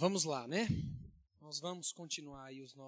Vamos lá, né? Nós vamos continuar aí os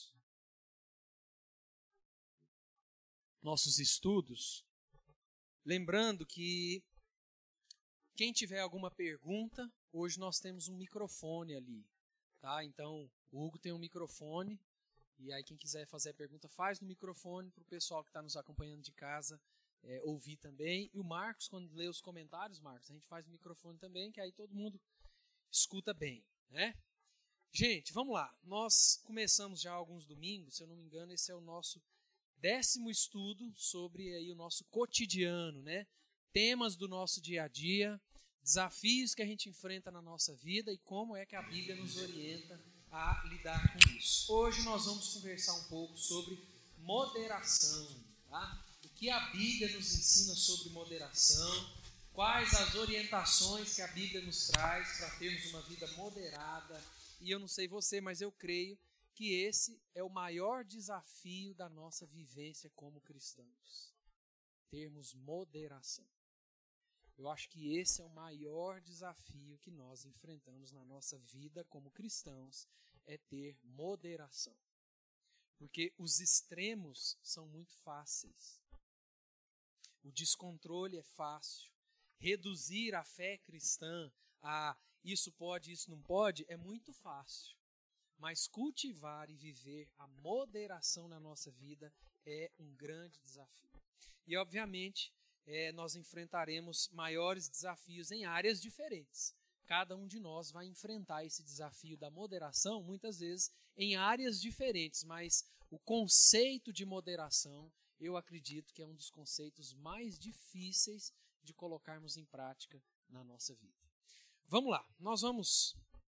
nossos estudos. Lembrando que quem tiver alguma pergunta, hoje nós temos um microfone ali, tá? Então, o Hugo tem um microfone, e aí quem quiser fazer a pergunta, faz no microfone para o pessoal que está nos acompanhando de casa ouvir também. E o Marcos, quando lê os comentários, Marcos, a gente faz no microfone também, que aí todo mundo escuta bem, né? Gente, vamos lá. Nós começamos já há alguns domingos, se eu não me engano, esse é o nosso 10º estudo sobre aí o nosso cotidiano, né? Temas do nosso dia a dia, desafios que a gente enfrenta na nossa vida e como é que a Bíblia nos orienta a lidar com isso. Hoje nós vamos conversar um pouco sobre moderação, tá? O que a Bíblia nos ensina sobre moderação, quais as orientações que a Bíblia nos traz para termos uma vida moderada. E eu não sei você, mas eu creio que esse é o maior desafio da nossa vivência como cristãos. Termos moderação. Eu acho que esse é o maior desafio que nós enfrentamos na nossa vida como cristãos, é ter moderação. Porque os extremos são muito fáceis. O descontrole é fácil. Reduzir a fé cristã a isso pode, isso não pode, é muito fácil. Mas cultivar e viver a moderação na nossa vida é um grande desafio. E, obviamente, nós enfrentaremos maiores desafios em áreas diferentes. Cada um de nós vai enfrentar esse desafio da moderação, muitas vezes, em áreas diferentes. Mas o conceito de moderação, eu acredito que é um dos conceitos mais difíceis de colocarmos em prática na nossa vida. Vamos lá, nós vamos...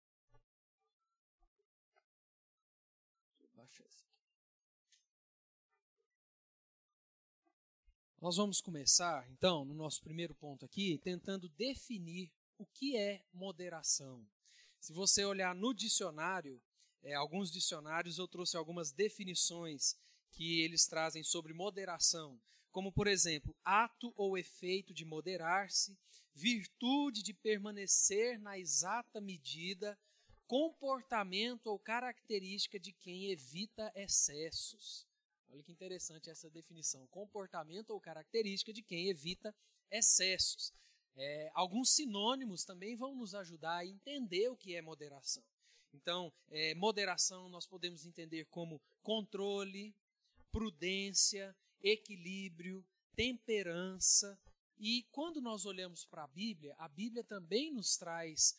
Nós vamos começar, então, no nosso primeiro ponto aqui, tentando definir o que é moderação. Se você olhar no dicionário, alguns dicionários eu trouxe algumas definições que eles trazem sobre moderação, como, por exemplo, ato ou efeito de moderar-se, virtude de permanecer na exata medida, comportamento ou característica de quem evita excessos. Olha que interessante essa definição. Comportamento ou característica de quem evita excessos. Alguns sinônimos também vão nos ajudar a entender o que é moderação. Então, moderação nós podemos entender como controle, prudência, equilíbrio, temperança. E quando nós olhamos para a Bíblia também nos traz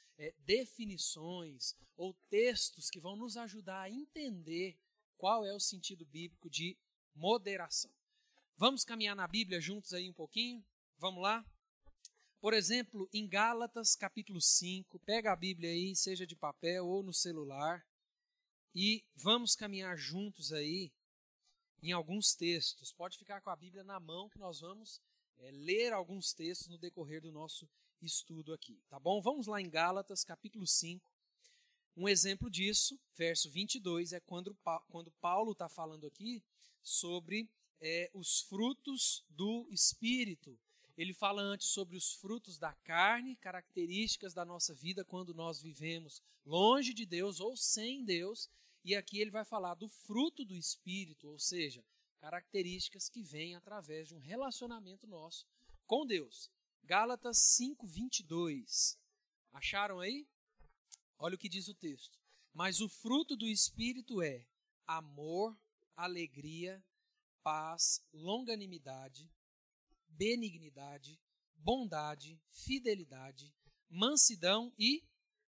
definições ou textos que vão nos ajudar a entender qual é o sentido bíblico de moderação. Vamos caminhar na Bíblia juntos aí um pouquinho? Vamos lá? Por exemplo, em Gálatas capítulo 5, pega a Bíblia aí, seja de papel ou no celular, e vamos caminhar juntos aí em alguns textos. Pode ficar com a Bíblia na mão que nós vamos ler alguns textos no decorrer do nosso estudo aqui, tá bom? Vamos lá em Gálatas capítulo 5. Um exemplo disso, verso 22, é quando Paulo está falando aqui sobre os frutos do Espírito. Ele fala antes sobre os frutos da carne, características da nossa vida quando nós vivemos longe de Deus ou sem Deus. E aqui ele vai falar do fruto do Espírito, ou seja, características que vêm através de um relacionamento nosso com Deus. Gálatas 5, 22. Acharam aí? Olha o que diz o texto. Mas o fruto do Espírito é amor, alegria, paz, longanimidade, benignidade, bondade, fidelidade, mansidão e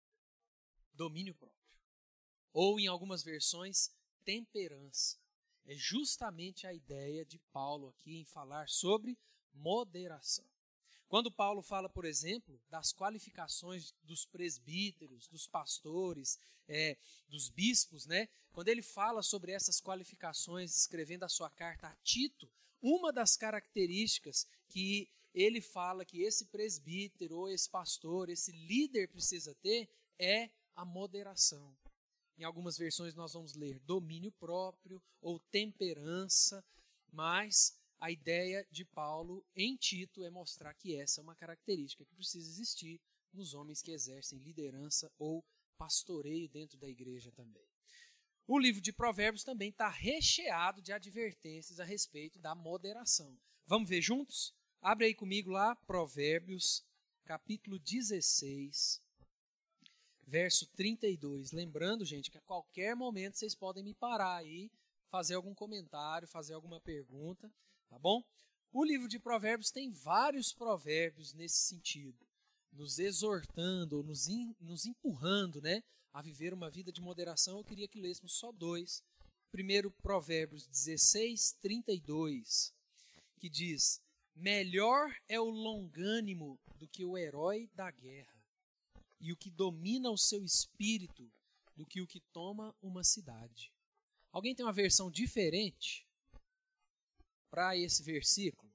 domínio próprio. Ou, em algumas versões, temperança. É justamente a ideia de Paulo aqui em falar sobre moderação. Quando Paulo fala, por exemplo, das qualificações dos presbíteros, dos pastores, dos bispos, né? Quando ele fala sobre essas qualificações, escrevendo a sua carta a Tito, uma das características que ele fala que esse presbítero ou esse pastor, esse líder precisa ter é a moderação. Em algumas versões nós vamos ler domínio próprio ou temperança, mas a ideia de Paulo em Tito é mostrar que essa é uma característica que precisa existir nos homens que exercem liderança ou pastoreio dentro da igreja também. O livro de Provérbios também está recheado de advertências a respeito da moderação. Vamos ver juntos? Abre aí comigo lá, Provérbios, capítulo 16, verso 32. Lembrando, gente, que a qualquer momento vocês podem me parar aí, fazer algum comentário, fazer alguma pergunta, tá bom? O livro de Provérbios tem vários provérbios nesse sentido, nos exortando, nos empurrando, né, a viver uma vida de moderação. Eu queria que lêssemos só dois. Primeiro, Provérbios 16, 32, que diz: melhor é o longânimo do que o herói da guerra, e o que domina o seu espírito do que o que toma uma cidade. Alguém tem uma versão diferente para esse versículo?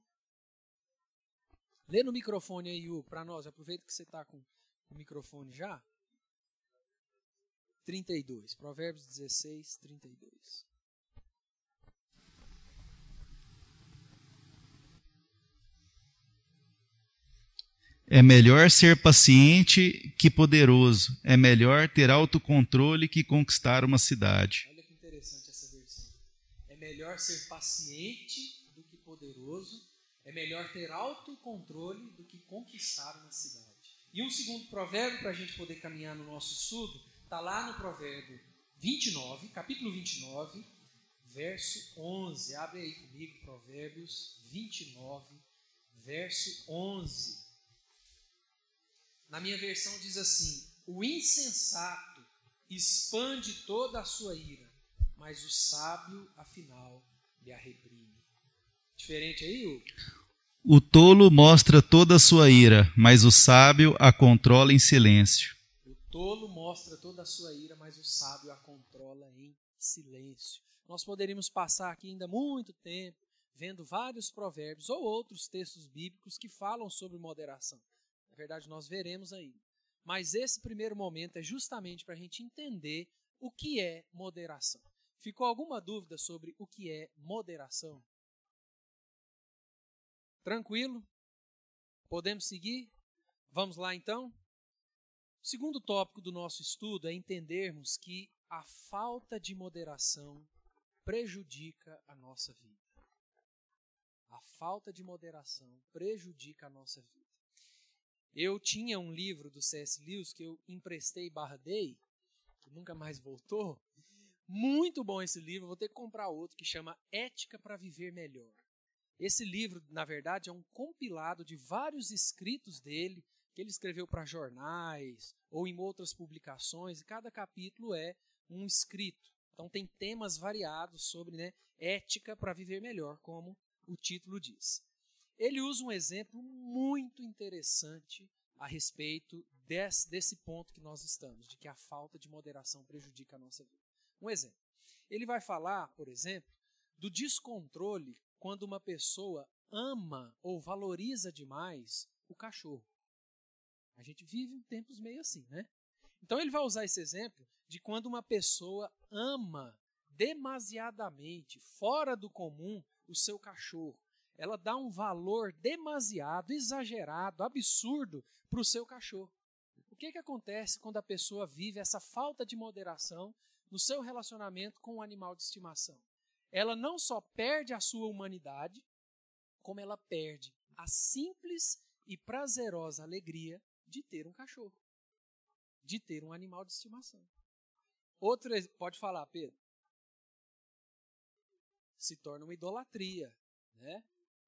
Lê no microfone aí, Hugo, para nós. Aproveita que você está com o microfone já. 32, Provérbios 16, 32. É melhor ser paciente que poderoso. É melhor ter autocontrole que conquistar uma cidade. Olha que interessante essa versão. É melhor ser paciente do que poderoso. É melhor ter autocontrole do que conquistar uma cidade. E um segundo provérbio, para a gente poder caminhar no nosso estudo, está lá no provérbio 29, capítulo 29, verso 11. Abre aí comigo, Provérbios 29, verso 11. Na minha versão diz assim: o insensato expande toda a sua ira, mas o sábio, afinal, lhe a reprime. Diferente aí, Hugo? O tolo mostra toda a sua ira, mas o sábio a controla em silêncio. O tolo mostra toda a sua ira, mas o sábio a controla em silêncio. Nós poderíamos passar aqui ainda muito tempo vendo vários provérbios ou outros textos bíblicos que falam sobre moderação. Na verdade, nós veremos aí. Mas esse primeiro momento é justamente para a gente entender o que é moderação. Ficou alguma dúvida sobre o que é moderação? Tranquilo? Podemos seguir? Vamos lá então? O segundo tópico do nosso estudo é entendermos que a falta de moderação prejudica a nossa vida. A falta de moderação prejudica a nossa vida. Eu tinha um livro do C.S. Lewis que eu emprestei / dei, que nunca mais voltou. Muito bom esse livro, vou ter que comprar outro, que chama Ética para Viver Melhor. Esse livro, na verdade, é um compilado de vários escritos dele, que ele escreveu para jornais ou em outras publicações, e cada capítulo é um escrito. Então tem temas variados sobre, né, ética para viver melhor, como o título diz. Ele usa um exemplo muito interessante a respeito desse ponto que nós estamos, de que a falta de moderação prejudica a nossa vida. Um exemplo. Ele vai falar, por exemplo, do descontrole quando uma pessoa ama ou valoriza demais o cachorro. A gente vive em tempos meio assim, né? Então ele vai usar esse exemplo de quando uma pessoa ama demasiadamente, fora do comum, o seu cachorro. Ela dá um valor demasiado, exagerado, absurdo para o seu cachorro. O que acontece quando a pessoa vive essa falta de moderação no seu relacionamento com o animal de estimação? Ela não só perde a sua humanidade, como ela perde a simples e prazerosa alegria de ter um cachorro, de ter um animal de estimação. Outro, pode falar, Pedro. Se torna uma idolatria, né?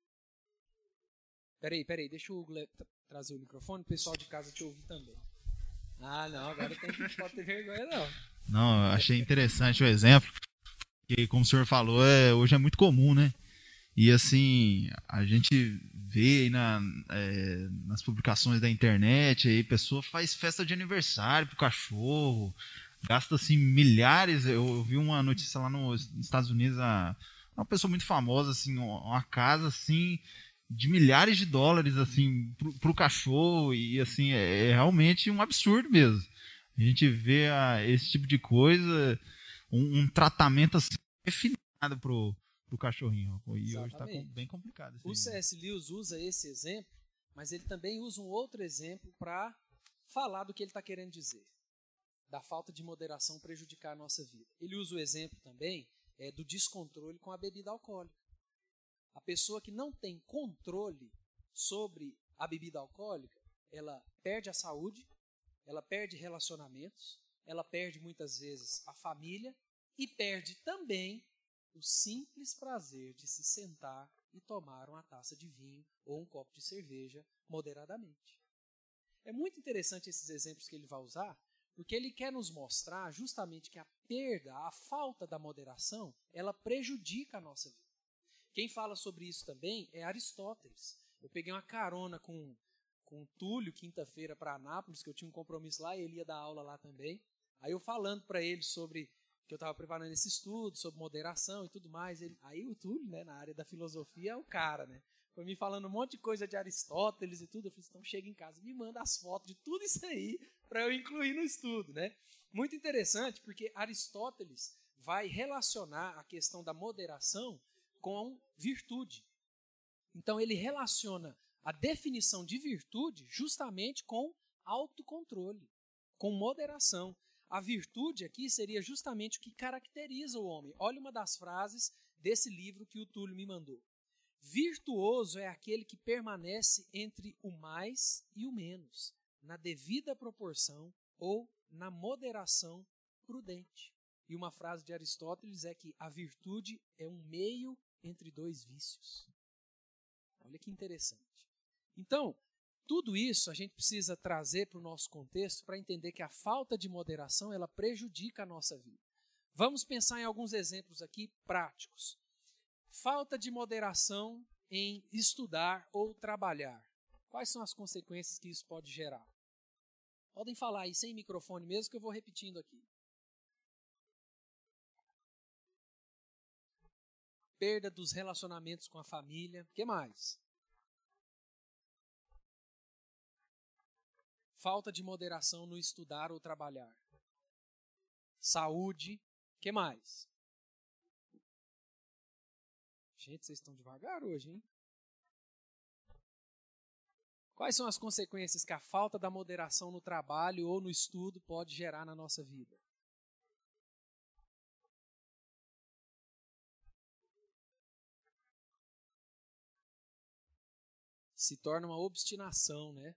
Peraí, deixa o Hugo trazer o microfone, o pessoal de casa te ouvir também. Ah, não, agora não pode ter vergonha, não. Não, eu achei interessante o exemplo, que como o senhor falou, hoje é muito comum, né? E assim, a gente vê aí nas publicações da internet, aí, a pessoa faz festa de aniversário pro cachorro, gasta assim milhares. Eu vi uma notícia lá nos Estados Unidos, uma pessoa muito famosa, assim, uma casa assim de milhares de dólares assim pro cachorro, e assim é realmente um absurdo mesmo. A gente vê esse tipo de coisa, um tratamento assim refinado pro cachorrinho. E Exatamente. hoje está bem complicado. O C.S. Lewis usa esse exemplo, mas ele também usa um outro exemplo para falar do que ele está querendo dizer. da falta de moderação prejudicar a nossa vida. Ele usa o exemplo também do descontrole com a bebida alcoólica. A pessoa que não tem controle sobre a bebida alcoólica, ela perde a saúde, ela perde relacionamentos, ela perde muitas vezes a família e perde também o simples prazer de se sentar e tomar uma taça de vinho ou um copo de cerveja moderadamente. É muito interessante esses exemplos que ele vai usar, porque ele quer nos mostrar justamente que a perda, a falta da moderação, ela prejudica a nossa vida. Quem fala sobre isso também é Aristóteles. Eu peguei uma carona com o Túlio, quinta-feira, para Anápolis, que eu tinha um compromisso lá e ele ia dar aula lá também. Aí eu falando para ele sobre que eu estava preparando esse estudo, sobre moderação e tudo mais. Aí o Túlio, né, na área da filosofia, é o cara, né? Foi me falando um monte de coisa de Aristóteles e tudo. Eu falei, então chega em casa, me manda as fotos de tudo isso aí para eu incluir no estudo, né? Muito interessante, porque Aristóteles vai relacionar a questão da moderação com virtude. Então ele relaciona a definição de virtude justamente com autocontrole, com moderação. A virtude aqui seria justamente o que caracteriza o homem. Olha uma das frases desse livro que o Túlio me mandou. Virtuoso é aquele que permanece entre o mais e o menos, na devida proporção ou na moderação prudente. E uma frase de Aristóteles é que a virtude é um meio entre dois vícios. Olha que interessante. Então, tudo isso a gente precisa trazer para o nosso contexto para entender que a falta de moderação ela prejudica a nossa vida. Vamos pensar em alguns exemplos aqui práticos. Falta de moderação em estudar ou trabalhar. Quais são as consequências que isso pode gerar? Podem falar aí sem microfone mesmo que eu vou repetindo aqui. Perda dos relacionamentos com a família. O que mais? Falta de moderação no estudar ou trabalhar. Saúde. O que mais? Gente, vocês estão devagar hoje, hein? Quais são as consequências que a falta da moderação no trabalho ou no estudo pode gerar na nossa vida? Se torna uma obstinação, né?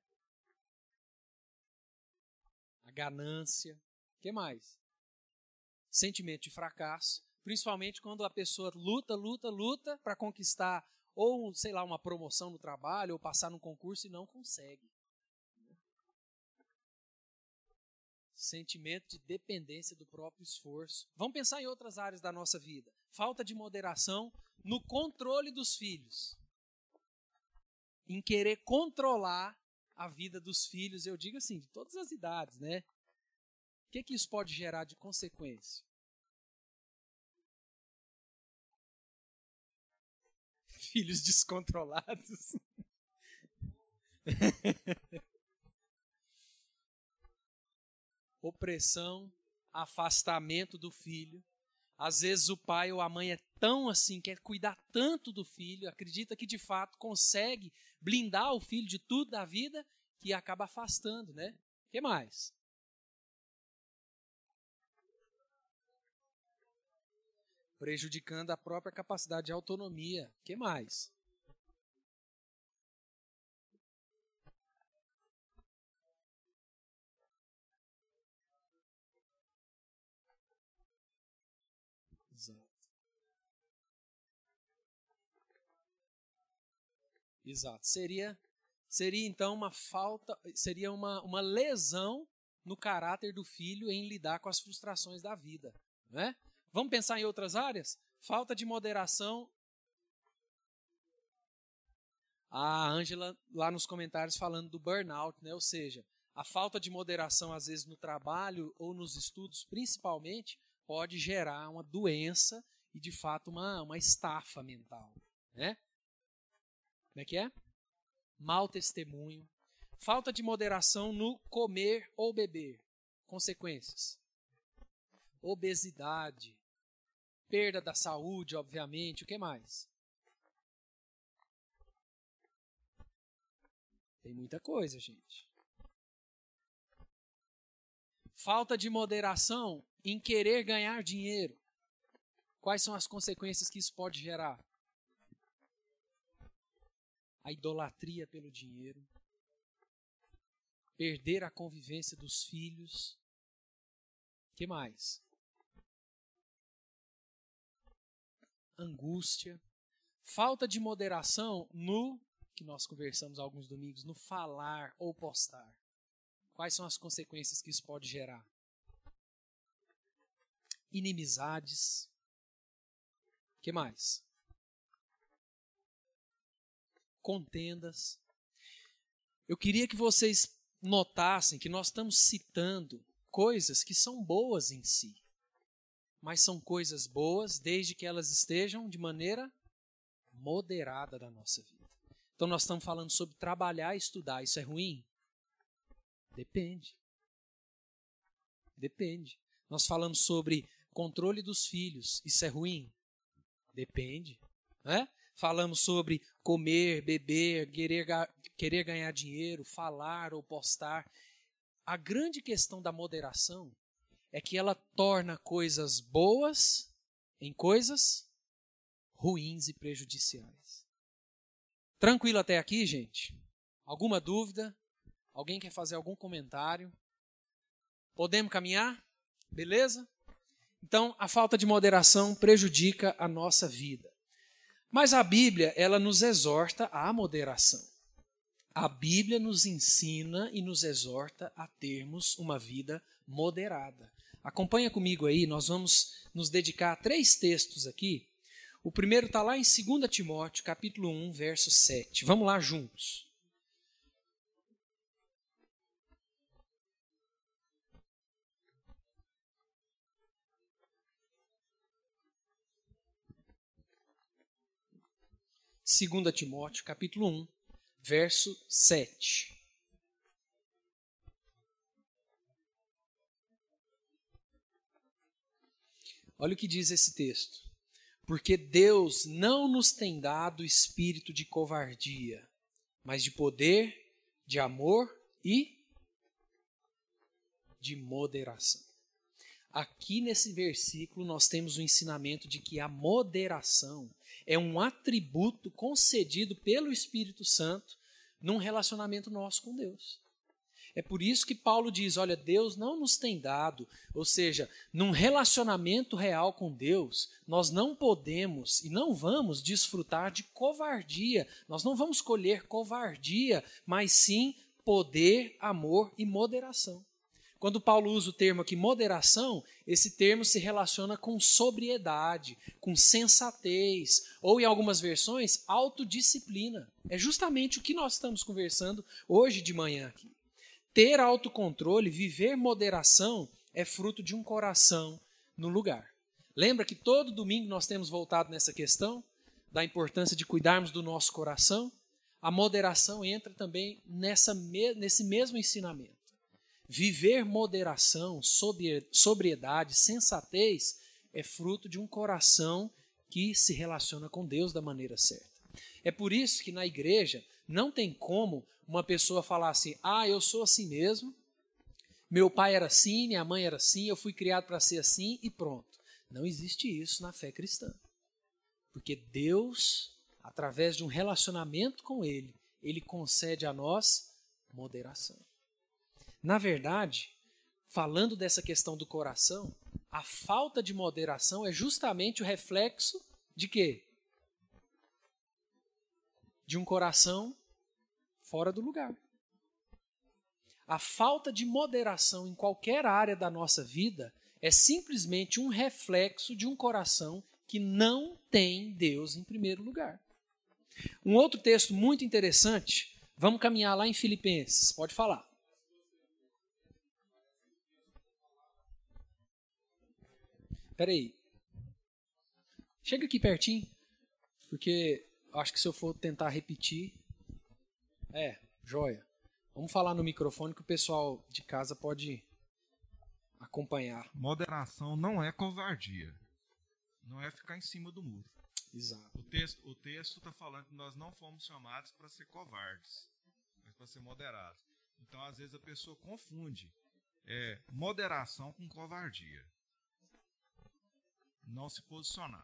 A ganância. O que mais? Sentimento de fracasso. Principalmente quando a pessoa luta para conquistar ou, sei lá, uma promoção no trabalho ou passar num concurso e não consegue. Sentimento de dependência do próprio esforço. Vamos pensar em outras áreas da nossa vida. Falta de moderação no controle dos filhos. Em querer controlar a vida dos filhos, eu digo assim, de todas as idades, né? O que isso pode gerar de consequência? Filhos descontrolados. Opressão, afastamento do filho. Às vezes o pai ou a mãe é tão assim, quer cuidar tanto do filho, acredita que de fato consegue blindar o filho de tudo da vida, que acaba afastando, né? O que mais? Prejudicando a própria capacidade de autonomia. O que mais? Exato. Seria então uma falta, seria uma lesão no caráter do filho em lidar com as frustrações da vida, né? Vamos pensar em outras áreas? Falta de moderação. A Ângela lá nos comentários falando do burnout, né? Ou seja, a falta de moderação às vezes no trabalho ou nos estudos, principalmente, pode gerar uma doença e de fato uma estafa mental, né? Como é que é? Mau testemunho. Falta de moderação no comer ou beber. Consequências. Obesidade. Perda da saúde, obviamente. O que mais? Tem muita coisa, gente. Falta de moderação em querer ganhar dinheiro. Quais são as consequências que isso pode gerar? A idolatria pelo dinheiro. Perder a convivência dos filhos. O que mais? Angústia. Falta de moderação no, que nós conversamos alguns domingos, no falar ou postar. Quais são as consequências que isso pode gerar? Inimizades. O que mais? Contendas. Eu queria que vocês notassem que nós estamos citando coisas que são boas em si. Mas são coisas boas desde que elas estejam de maneira moderada da nossa vida. Então nós estamos falando sobre trabalhar e estudar. Isso é ruim? Depende. Depende. Nós falamos sobre controle dos filhos. Isso é ruim? Depende. Né? Falamos sobre comer, beber, querer ganhar dinheiro, falar ou postar. A grande questão da moderação é que ela torna coisas boas em coisas ruins e prejudiciais. Tranquilo até aqui, gente? Alguma dúvida? Alguém quer fazer algum comentário? Podemos caminhar? Beleza? Então, a falta de moderação prejudica a nossa vida. Mas a Bíblia, ela nos exorta à moderação. A Bíblia nos ensina e nos exorta a termos uma vida moderada. Acompanha comigo aí, nós vamos nos dedicar a 3 textos aqui. O primeiro está lá em 2 Timóteo, capítulo 1, verso 7. Vamos lá juntos. Segunda Timóteo, capítulo 1, verso 7. Olha o que diz esse texto. Porque Deus não nos tem dado espírito de covardia, mas de poder, de amor e de moderação. Aqui nesse versículo nós temos o ensinamento de que a moderação é um atributo concedido pelo Espírito Santo num relacionamento nosso com Deus. É por isso que Paulo diz, olha, Deus não nos tem dado, ou seja, num relacionamento real com Deus, nós não podemos e não vamos desfrutar de covardia, nós não vamos colher covardia, mas sim poder, amor e moderação. Quando Paulo usa o termo aqui moderação, esse termo se relaciona com sobriedade, com sensatez, ou em algumas versões, autodisciplina. É justamente o que nós estamos conversando hoje de manhã aqui. Ter autocontrole, viver moderação, é fruto de um coração no lugar. Lembra que todo domingo nós temos voltado nessa questão da importância de cuidarmos do nosso coração? A moderação entra também nesse mesmo ensinamento. Viver moderação, sobriedade, sensatez é fruto de um coração que se relaciona com Deus da maneira certa. É por isso que na igreja não tem como uma pessoa falar assim, eu sou assim mesmo, meu pai era assim, minha mãe era assim, eu fui criado para ser assim e pronto. Não existe isso na fé cristã. Porque Deus, através de um relacionamento com Ele, Ele concede a nós moderação. Na verdade, falando dessa questão do coração, a falta de moderação é justamente o reflexo de quê? De um coração fora do lugar. A falta de moderação em qualquer área da nossa vida é simplesmente um reflexo de um coração que não tem Deus em primeiro lugar. Um outro texto muito interessante, vamos caminhar lá em Filipenses, pode falar. Espera aí. Chega aqui pertinho, porque acho que se eu for tentar repetir... joia. Vamos falar no microfone que o pessoal de casa pode acompanhar. Moderação não é covardia. Não é ficar em cima do muro. Exato. O texto está falando que nós não fomos chamados para ser covardes, mas para ser moderados. Então, às vezes, a pessoa confunde é moderação com covardia. Não se posicionar.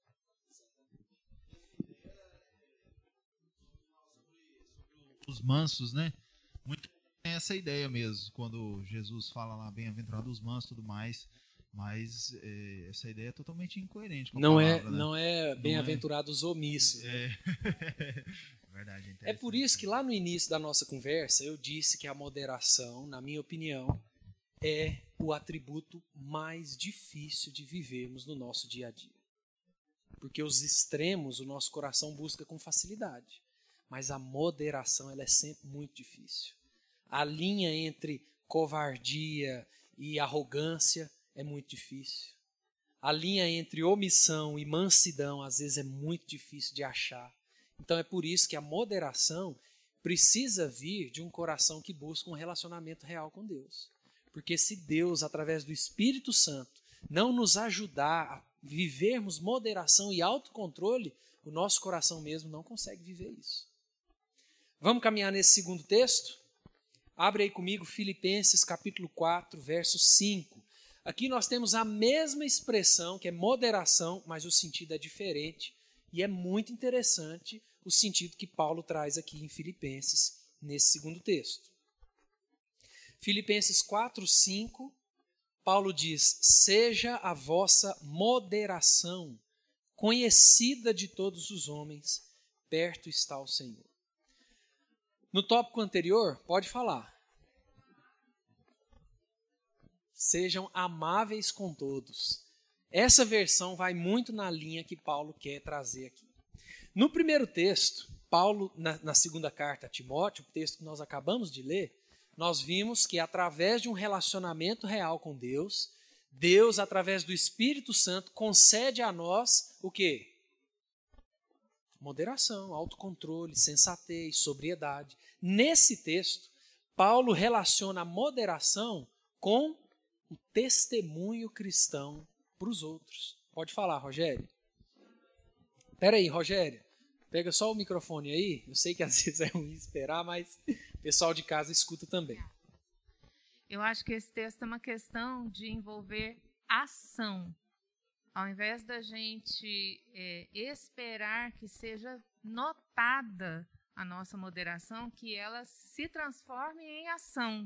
Os mansos, né? Muito tem essa ideia mesmo, quando Jesus fala lá, bem-aventurado os mansos e tudo mais, mas essa ideia é totalmente incoerente com a palavra, né? Não é bem-aventurados os omissos. Né? Verdade, é por isso que lá no início da nossa conversa eu disse que a moderação, na minha opinião, é o atributo mais difícil de vivermos no nosso dia a dia. Porque os extremos o nosso coração busca com facilidade. Mas a moderação ela é sempre muito difícil. A linha entre covardia e arrogância é muito difícil. A linha entre omissão e mansidão às vezes é muito difícil de achar. Então é por isso que a moderação precisa vir de um coração que busca um relacionamento real com Deus. Porque se Deus, através do Espírito Santo, não nos ajudar a vivermos moderação e autocontrole, o nosso coração mesmo não consegue viver isso. Vamos caminhar nesse segundo texto? Abre aí comigo Filipenses capítulo 4, verso 5. Aqui nós temos a mesma expressão, que é moderação, mas o sentido é diferente. E é muito interessante o sentido que Paulo traz aqui em Filipenses, nesse segundo texto. Filipenses 4, 5, Paulo diz: seja a vossa moderação conhecida de todos os homens, perto está o Senhor. No tópico anterior, pode falar. Sejam amáveis com todos. Essa versão vai muito na linha que Paulo quer trazer aqui. No primeiro texto, Paulo, na segunda carta a Timóteo, o texto que nós acabamos de ler, nós vimos que através de um relacionamento real com Deus, Deus, através do Espírito Santo, concede a nós o quê? Moderação, autocontrole, sensatez, sobriedade. Nesse texto, Paulo relaciona a moderação com o testemunho cristão para os outros. Pode falar, Rogério. Espera aí, Rogério. Pega só o microfone aí. Eu sei que às vezes é ruim esperar, mas o pessoal de casa escuta também. Eu acho que esse texto é uma questão de envolver ação. Ao invés da gente esperar que seja notada a nossa moderação, que ela se transforme em ação.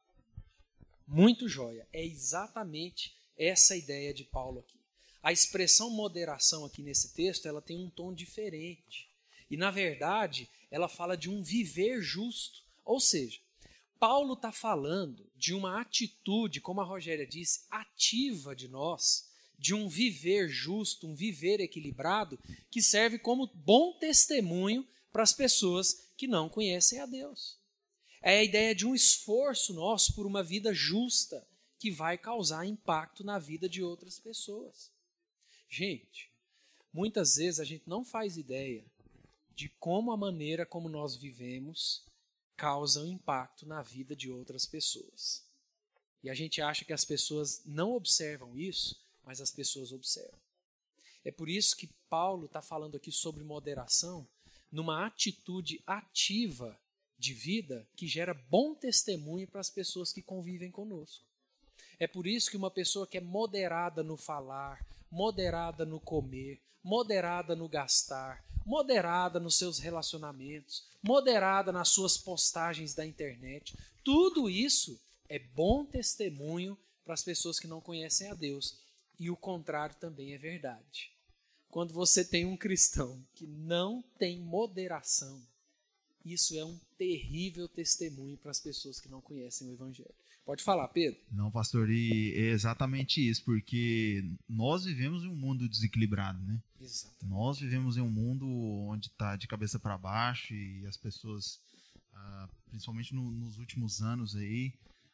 Muito joia. É exatamente essa ideia de Paulo aqui. A expressão moderação aqui nesse texto, ela tem um tom diferente. E, na verdade, ela fala de um viver justo. Ou seja, Paulo está falando de uma atitude, como a Rogéria disse, ativa de nós, de um viver justo, um viver equilibrado, que serve como bom testemunho para as pessoas que não conhecem a Deus. É a ideia de um esforço nosso por uma vida justa, que vai causar impacto na vida de outras pessoas. Gente, muitas vezes a gente não faz ideia de como a maneira como nós vivemos causa um impacto na vida de outras pessoas. E a gente acha que as pessoas não observam isso, mas as pessoas observam. É por isso que Paulo está falando aqui sobre moderação, numa atitude ativa de vida que gera bom testemunho para as pessoas que convivem conosco. É por isso que uma pessoa que é moderada no falar, moderada no comer, moderada no gastar, moderada nos seus relacionamentos, moderada nas suas postagens da internet, tudo isso é bom testemunho para as pessoas que não conhecem a Deus. E o contrário também é verdade. Quando você tem um cristão que não tem moderação, isso é um terrível testemunho para as pessoas que não conhecem o Evangelho. Pode falar, Pedro. Não, pastor, e é exatamente isso, porque nós vivemos em um mundo desequilibrado, né? Exatamente. Nós vivemos em um mundo onde está de cabeça para baixo e as pessoas, principalmente nos últimos anos aí,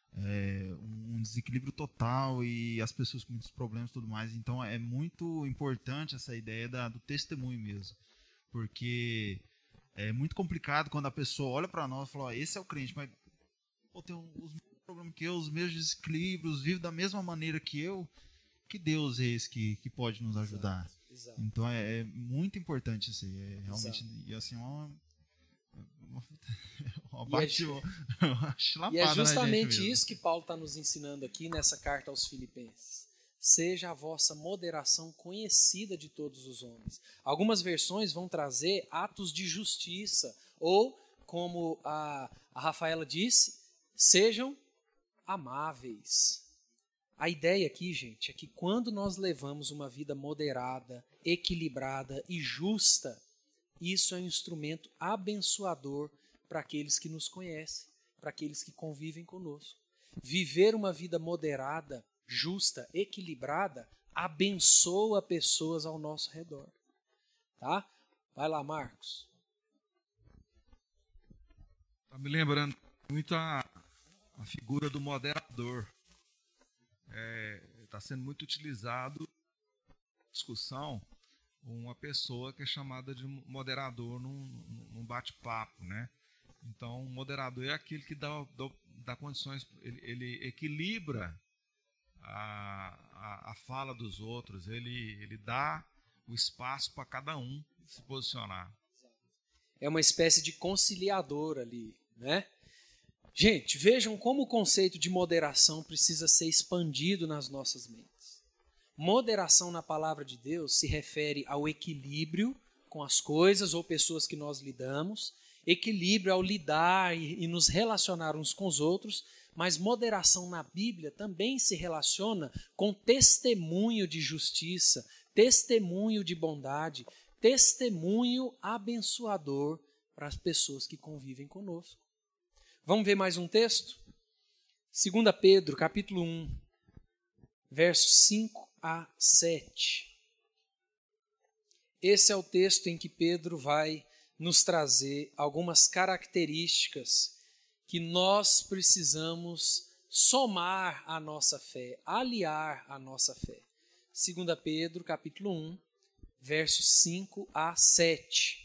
um desequilíbrio total e as pessoas com muitos problemas e tudo mais. Então é muito importante essa ideia do testemunho mesmo, porque é muito complicado quando a pessoa olha para nós e fala, esse é o crente, mas tem os mesmos problemas que eu, os mesmos desequilíbrios, vive da mesma maneira que eu. Que Deus é esse que pode nos ajudar? Exato. Então é muito importante isso aí, realmente, Exato. e assim, E é justamente isso que Paulo está nos ensinando aqui nessa carta aos Filipenses. Seja a vossa moderação conhecida de todos os homens. Algumas versões vão trazer atos de justiça, ou, como a Rafaela disse, sejam amáveis. A ideia aqui, gente, é que quando nós levamos uma vida moderada, equilibrada e justa, isso é um instrumento abençoador para aqueles que nos conhecem, para aqueles que convivem conosco. Viver uma vida moderada, justa, equilibrada, abençoa pessoas ao nosso redor. Tá? Vai lá, Marcos. Está me lembrando muito a figura do moderador. Está sendo muito utilizado na discussão uma pessoa que é chamada de moderador num bate-papo, né? Então, o moderador é aquele que dá condições, ele equilibra a fala dos outros, ele dá o espaço para cada um se posicionar. É uma espécie de conciliador ali, né? Gente, vejam como o conceito de moderação precisa ser expandido nas nossas mentes. Moderação na palavra de Deus se refere ao equilíbrio com as coisas ou pessoas que nós lidamos, equilíbrio ao lidar e nos relacionar uns com os outros, mas moderação na Bíblia também se relaciona com testemunho de justiça, testemunho de bondade, testemunho abençoador para as pessoas que convivem conosco. Vamos ver mais um texto? 2 Pedro, capítulo 1, versos 5 a 7. Esse é o texto em que Pedro vai nos trazer algumas características que nós precisamos somar à nossa fé, aliar à nossa fé. 2 Pedro, capítulo 1, versos 5 a 7.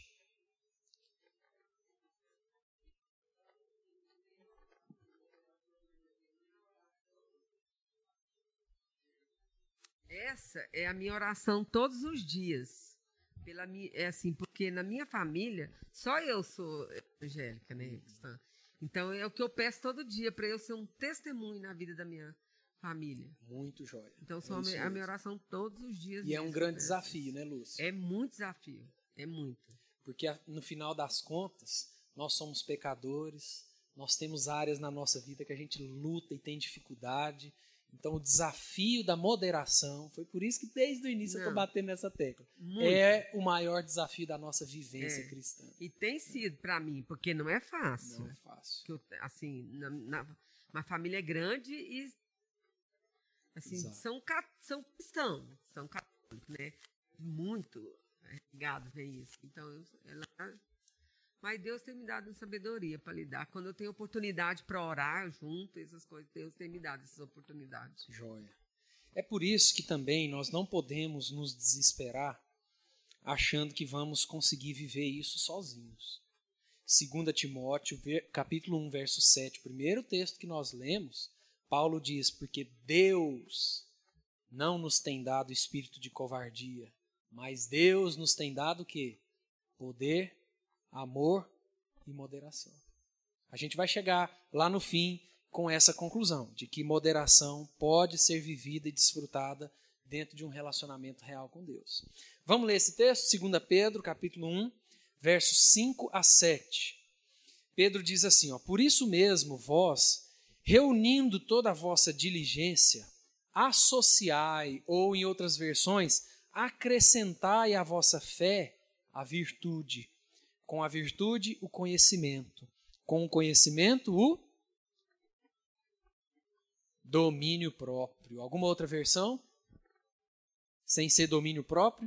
Essa é a minha oração todos os dias. Porque na minha família, só eu sou evangélica, né, cristã. Então é o que eu peço todo dia, para eu ser um testemunho na vida da minha família. Muito jóia. Então a minha oração todos os dias. E é um grande desafio, né, Lúcia? É muito desafio, é muito. Porque no final das contas, nós somos pecadores, nós temos áreas na nossa vida que a gente luta e tem dificuldade. Então, o desafio da moderação, foi por isso que desde o início eu estou batendo nessa tecla, é o maior desafio da nossa vivência cristã. E tem sido para mim, porque não é fácil. Não é fácil. Que uma família grande e assim, são cristãos, são católicos, né? Muito ligado a isso. Então, mas Deus tem me dado sabedoria para lidar. Quando eu tenho oportunidade para orar junto, essas coisas, Deus tem me dado essas oportunidades. Joia. É por isso que também nós não podemos nos desesperar achando que vamos conseguir viver isso sozinhos. 2 Timóteo, capítulo 1, verso 7, o primeiro texto que nós lemos, Paulo diz, porque Deus não nos tem dado espírito de covardia, mas Deus nos tem dado o quê? Poder, amor e moderação. A gente vai chegar lá no fim com essa conclusão, de que moderação pode ser vivida e desfrutada dentro de um relacionamento real com Deus. Vamos ler esse texto? 2 Pedro, capítulo 1, versos 5 a 7. Pedro diz assim, por isso mesmo vós, reunindo toda a vossa diligência, associai, ou em outras versões, acrescentai à vossa fé a virtude, com a virtude o conhecimento, com o conhecimento o domínio próprio. Alguma outra versão? Sem ser domínio próprio?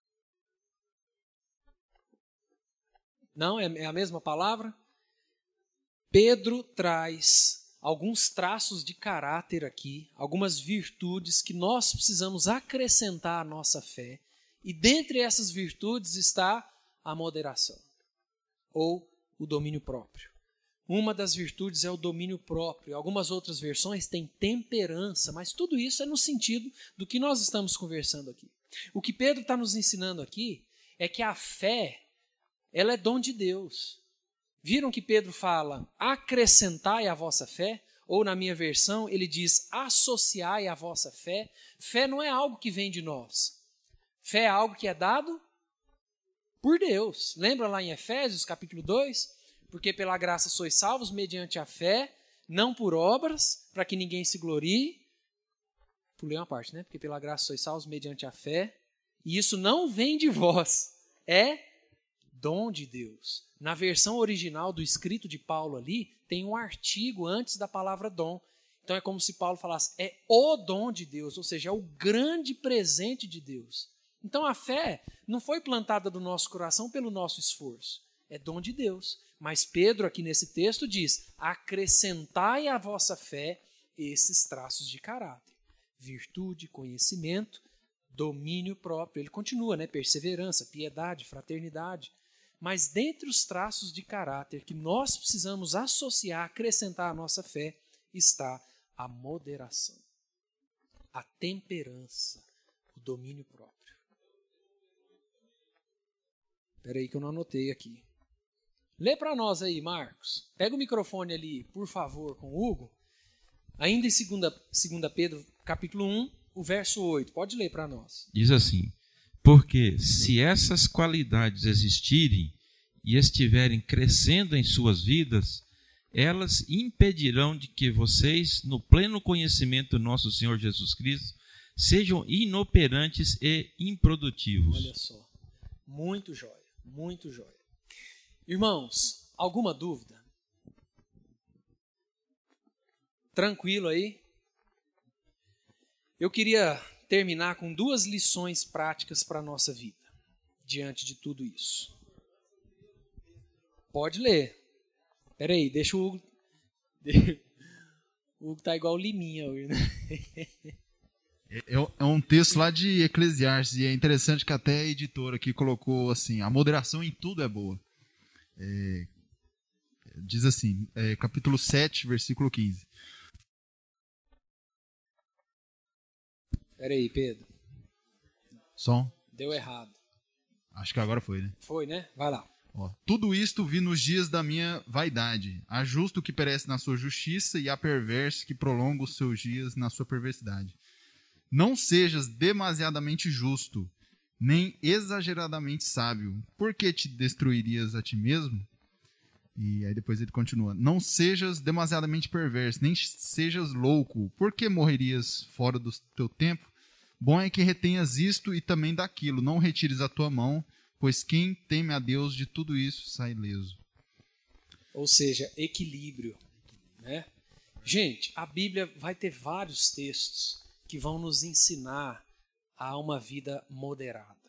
Não, é a mesma palavra? Pedro traz alguns traços de caráter aqui, algumas virtudes que nós precisamos acrescentar à nossa fé, e dentre essas virtudes está a moderação, ou o domínio próprio. Uma das virtudes é o domínio próprio. Algumas outras versões têm temperança, mas tudo isso é no sentido do que nós estamos conversando aqui. O que Pedro está nos ensinando aqui é que a fé, ela é dom de Deus. Viram que Pedro fala, acrescentai a vossa fé? Ou na minha versão, ele diz, associai a vossa fé. Fé não é algo que vem de nós. Fé é algo que é dado por Deus. Lembra lá em Efésios, capítulo 2? Porque pela graça sois salvos mediante a fé, não por obras, para que ninguém se glorie. Pulei uma parte, né? Porque pela graça sois salvos mediante a fé. E isso não vem de vós, é dom de Deus. Na versão original do escrito de Paulo ali, tem um artigo antes da palavra dom. Então é como se Paulo falasse, é o dom de Deus, ou seja, é o grande presente de Deus. Então a fé não foi plantada no nosso coração pelo nosso esforço, é dom de Deus. Mas Pedro aqui nesse texto diz, acrescentai à vossa fé esses traços de caráter. Virtude, conhecimento, domínio próprio. Ele continua, né? Perseverança, piedade, fraternidade. Mas dentre os traços de caráter que nós precisamos associar, acrescentar à nossa fé, está a moderação, a temperança, o domínio próprio. Espera aí que eu não anotei aqui. Lê para nós aí, Marcos. Pega o microfone ali, por favor, com o Hugo. Ainda em 2 Pedro, capítulo 1, o verso 8. Pode ler para nós. Diz assim, porque se essas qualidades existirem e estiverem crescendo em suas vidas, elas impedirão de que vocês, no pleno conhecimento do nosso Senhor Jesus Cristo, sejam inoperantes e improdutivos. Olha só, muito jóia, muito jóia. Irmãos, alguma dúvida? Tranquilo aí? Eu queria terminar com 2 lições práticas para a nossa vida, diante de tudo isso. Pode ler. Espera aí, deixa o Hugo... O Hugo tá igual o Liminha hoje, né? É um texto lá de Eclesiastes, e é interessante que até a editora aqui colocou assim, a moderação em tudo é boa. Diz assim, capítulo 7, versículo 15. Espera aí, Pedro. Som? Deu errado. Acho que agora foi, né? Foi, né? Vai lá. Ó, tudo isto vi nos dias da minha vaidade. Há justo que perece na sua justiça e há perverso que prolonga os seus dias na sua perversidade. Não sejas demasiadamente justo, nem exageradamente sábio. Por que te destruirias a ti mesmo? E aí depois ele continua. Não sejas demasiadamente perverso, nem sejas louco. Por que morrerias fora do teu tempo? Bom é que retenhas isto e também daquilo. Não retires a tua mão, pois quem teme a Deus de tudo isso sai ileso. Ou seja, equilíbrio, né? Gente, a Bíblia vai ter vários textos que vão nos ensinar a uma vida moderada.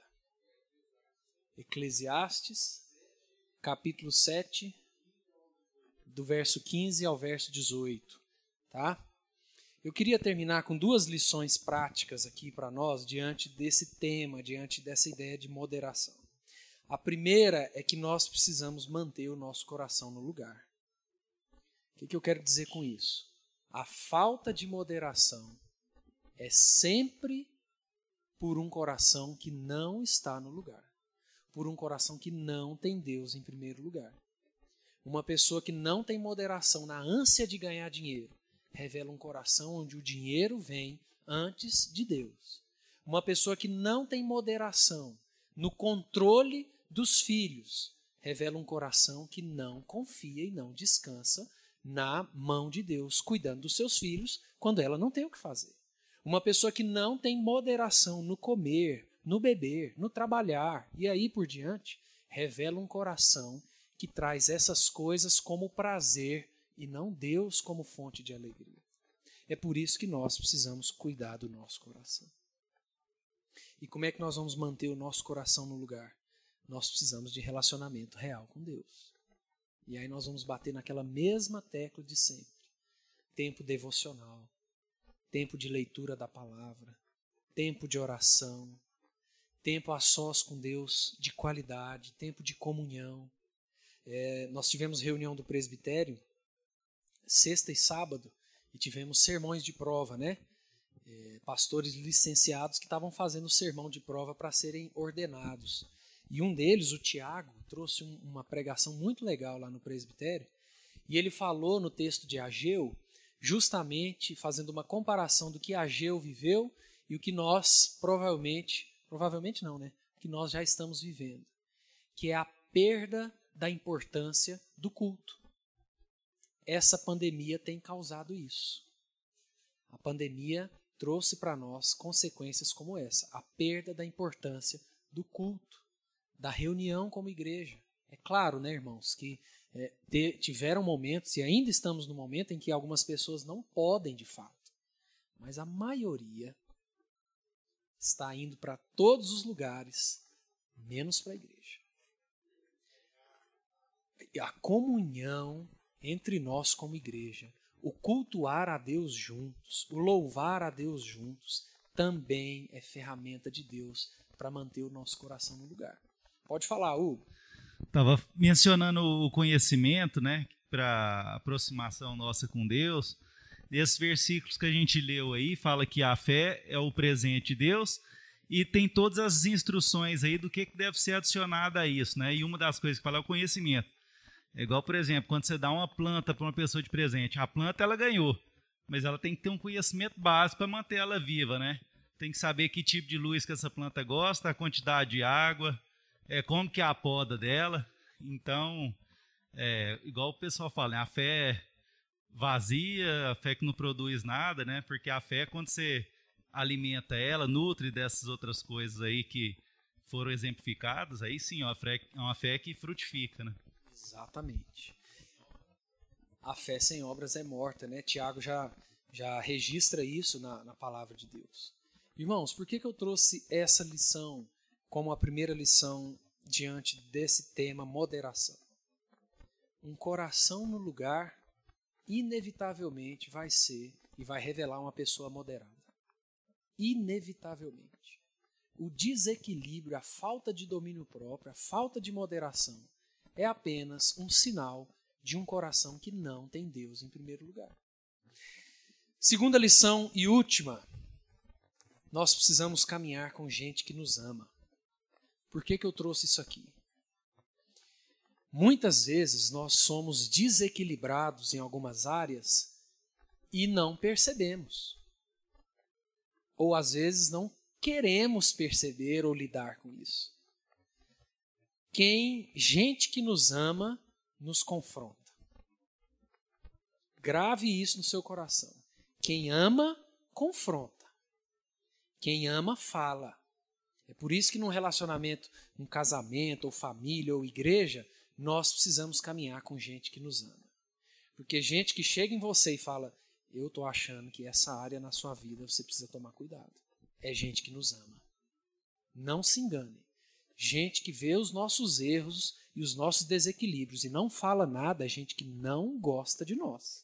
Eclesiastes, capítulo 7, do verso 15 ao verso 18, tá? Eu queria terminar com 2 lições práticas aqui para nós diante desse tema, diante dessa ideia de moderação. A primeira é que nós precisamos manter o nosso coração no lugar. O que eu quero dizer com isso? A falta de moderação é sempre por um coração que não está no lugar, por um coração que não tem Deus em primeiro lugar. Uma pessoa que não tem moderação na ânsia de ganhar dinheiro revela um coração onde o dinheiro vem antes de Deus. Uma pessoa que não tem moderação no controle dos filhos revela um coração que não confia e não descansa na mão de Deus, cuidando dos seus filhos quando ela não tem o que fazer. Uma pessoa que não tem moderação no comer, no beber, no trabalhar e aí por diante, revela um coração que traz essas coisas como prazer e não Deus como fonte de alegria. É por isso que nós precisamos cuidar do nosso coração. E como é que nós vamos manter o nosso coração no lugar? Nós precisamos de relacionamento real com Deus. E aí nós vamos bater naquela mesma tecla de sempre. Tempo devocional, tempo de leitura da palavra, tempo de oração, tempo a sós com Deus de qualidade, tempo de comunhão. Nós tivemos reunião do presbitério, sexta e sábado, e tivemos sermões de prova, né? Pastores licenciados que estavam fazendo sermão de prova para serem ordenados. E um deles, o Tiago, trouxe uma pregação muito legal lá no presbitério, e ele falou no texto de Ageu, justamente fazendo uma comparação do que Ageu viveu e o que nós provavelmente não, né? O que nós já estamos vivendo, que é a perda da importância do culto. Essa pandemia tem causado isso. A pandemia trouxe para nós consequências como essa, a perda da importância do culto, da reunião como igreja. É claro, né, irmãos, que tiveram momentos, e ainda estamos no momento em que algumas pessoas não podem de fato, mas a maioria está indo para todos os lugares, menos para a igreja. E a comunhão entre nós como igreja, o cultuar a Deus juntos, o louvar a Deus juntos, também é ferramenta de Deus para manter o nosso coração no lugar. Pode falar, Hugo. Estava mencionando o conhecimento, né, para aproximação nossa com Deus. Nesses versículos que a gente leu aí, fala que a fé é o presente de Deus e tem todas as instruções aí do que deve ser adicionado a isso, né? E uma das coisas que fala é o conhecimento. É igual, por exemplo, quando você dá uma planta para uma pessoa de presente, a planta ela ganhou, mas ela tem que ter um conhecimento básico para manter ela viva, né? Tem que saber que tipo de luz que essa planta gosta, a quantidade de água, como que é a poda dela. Então, igual o pessoal fala, né? A fé vazia, a fé que não produz nada, né? Porque a fé, quando você alimenta ela, nutre dessas outras coisas aí que foram exemplificadas, aí sim, é uma fé que frutifica, né? Exatamente. A fé sem obras é morta, né? Tiago já registra isso na palavra de Deus. Irmãos, por que eu trouxe essa lição como a primeira lição diante desse tema moderação? Um coração no lugar inevitavelmente vai ser e vai revelar uma pessoa moderada. Inevitavelmente. O desequilíbrio, a falta de domínio próprio, a falta de moderação é apenas um sinal de um coração que não tem Deus em primeiro lugar. Segunda lição e última, nós precisamos caminhar com gente que nos ama. Por que eu trouxe isso aqui? Muitas vezes nós somos desequilibrados em algumas áreas e não percebemos. Ou às vezes não queremos perceber ou lidar com isso. Gente que nos ama, nos confronta. Grave isso no seu coração. Quem ama, confronta. Quem ama, fala. É por isso que num relacionamento, num casamento, ou família, ou igreja, nós precisamos caminhar com gente que nos ama. Porque gente que chega em você e fala, eu estou achando que essa área na sua vida você precisa tomar cuidado. É gente que nos ama. Não se engane. Gente que vê os nossos erros e os nossos desequilíbrios e não fala nada é gente que não gosta de nós.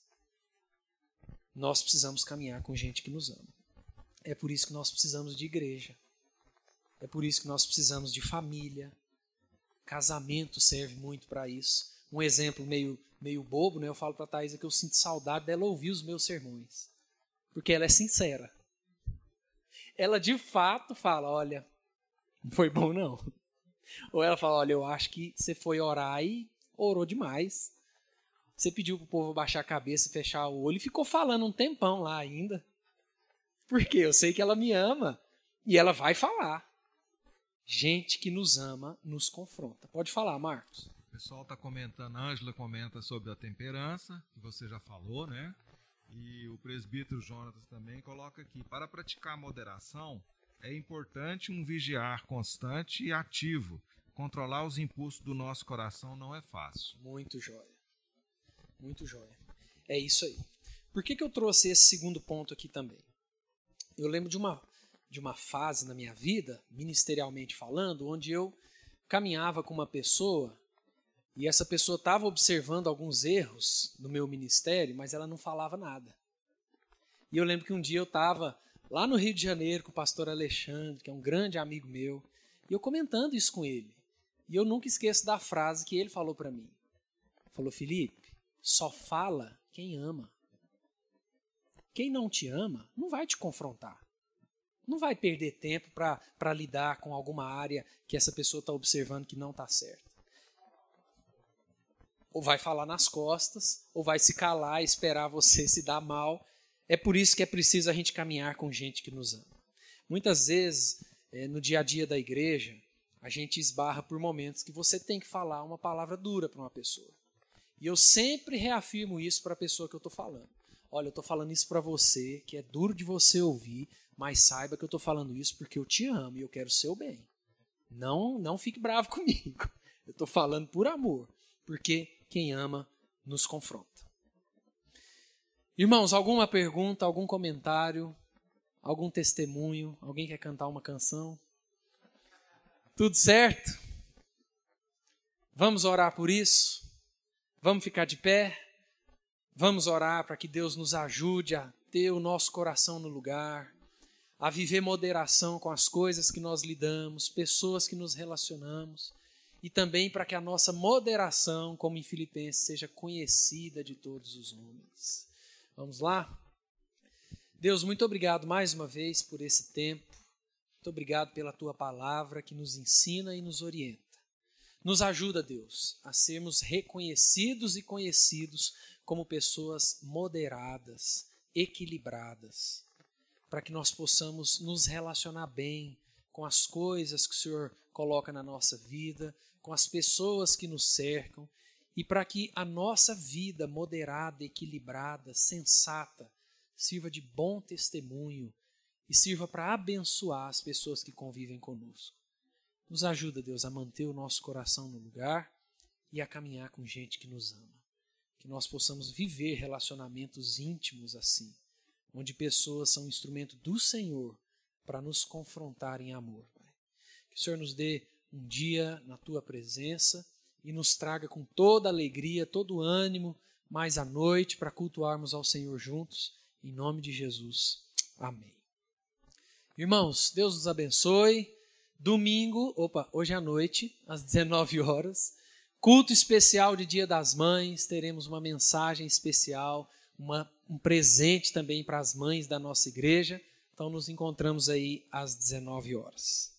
Nós precisamos caminhar com gente que nos ama. É por isso que nós precisamos de igreja. É por isso que nós precisamos de família. Casamento serve muito para isso. Um exemplo meio bobo, né? Eu falo para a Thaisa que eu sinto saudade dela ouvir os meus sermões. Porque ela é sincera. Ela de fato fala, olha, não foi bom não. Ou ela fala, olha, eu acho que você foi orar e orou demais. Você pediu para o povo baixar a cabeça e fechar o olho e ficou falando um tempão lá ainda. Porque eu sei que ela me ama e ela vai falar. Gente que nos ama nos confronta. Pode falar, Marcos. O pessoal está comentando, a Ângela comenta sobre a temperança, que você já falou, né? E o presbítero Jonatas também coloca aqui, para praticar a moderação, é importante um vigiar constante e ativo. Controlar os impulsos do nosso coração não é fácil. Muito jóia. Muito jóia. É isso aí. Por que eu trouxe esse segundo ponto aqui também? Eu lembro de uma fase na minha vida, ministerialmente falando, onde eu caminhava com uma pessoa e essa pessoa estava observando alguns erros no meu ministério, mas ela não falava nada. E eu lembro que um dia eu estava lá no Rio de Janeiro com o pastor Alexandre, que é um grande amigo meu, e eu comentando isso com ele. E eu nunca esqueço da frase que ele falou para mim. Falou, Felipe, só fala quem ama. Quem não te ama não vai te confrontar. Não vai perder tempo para lidar com alguma área que essa pessoa está observando que não está certa. Ou vai falar nas costas, ou vai se calar e esperar você se dar mal. É por isso que é preciso a gente caminhar com gente que nos ama. Muitas vezes, no dia a dia da igreja, a gente esbarra por momentos que você tem que falar uma palavra dura para uma pessoa. E eu sempre reafirmo isso para a pessoa que eu estou falando. Olha, eu estou falando isso para você, que é duro de você ouvir, mas saiba que eu estou falando isso porque eu te amo e eu quero o seu bem. Não fique bravo comigo. Eu estou falando por amor, porque quem ama nos confronta. Irmãos, alguma pergunta, algum comentário, algum testemunho? Alguém quer cantar uma canção? Tudo certo? Vamos orar por isso? Vamos ficar de pé? Vamos orar para que Deus nos ajude a ter o nosso coração no lugar, a viver moderação com as coisas que nós lidamos, pessoas que nos relacionamos, e também para que a nossa moderação, como em Filipenses, seja conhecida de todos os homens. Vamos lá? Deus, muito obrigado mais uma vez por esse tempo. Muito obrigado pela Tua palavra que nos ensina e nos orienta. Nos ajuda, Deus, a sermos reconhecidos e conhecidos como pessoas moderadas, equilibradas, para que nós possamos nos relacionar bem com as coisas que o Senhor coloca na nossa vida, com as pessoas que nos cercam, e para que a nossa vida moderada, equilibrada, sensata, sirva de bom testemunho e sirva para abençoar as pessoas que convivem conosco. Nos ajuda, Deus, a manter o nosso coração no lugar e a caminhar com gente que nos ama. Que nós possamos viver relacionamentos íntimos assim, onde pessoas são instrumento do Senhor para nos confrontar em amor, Pai. Que o Senhor nos dê um dia na Tua presença e nos traga com toda alegria, todo ânimo, mais à noite para cultuarmos ao Senhor juntos. Em nome de Jesus. Amém. Irmãos, Deus nos abençoe. Domingo, hoje à noite, às 19 horas, culto especial de Dia das Mães, teremos uma mensagem especial, um presente também para as mães da nossa igreja. Então nos encontramos aí às 19 horas.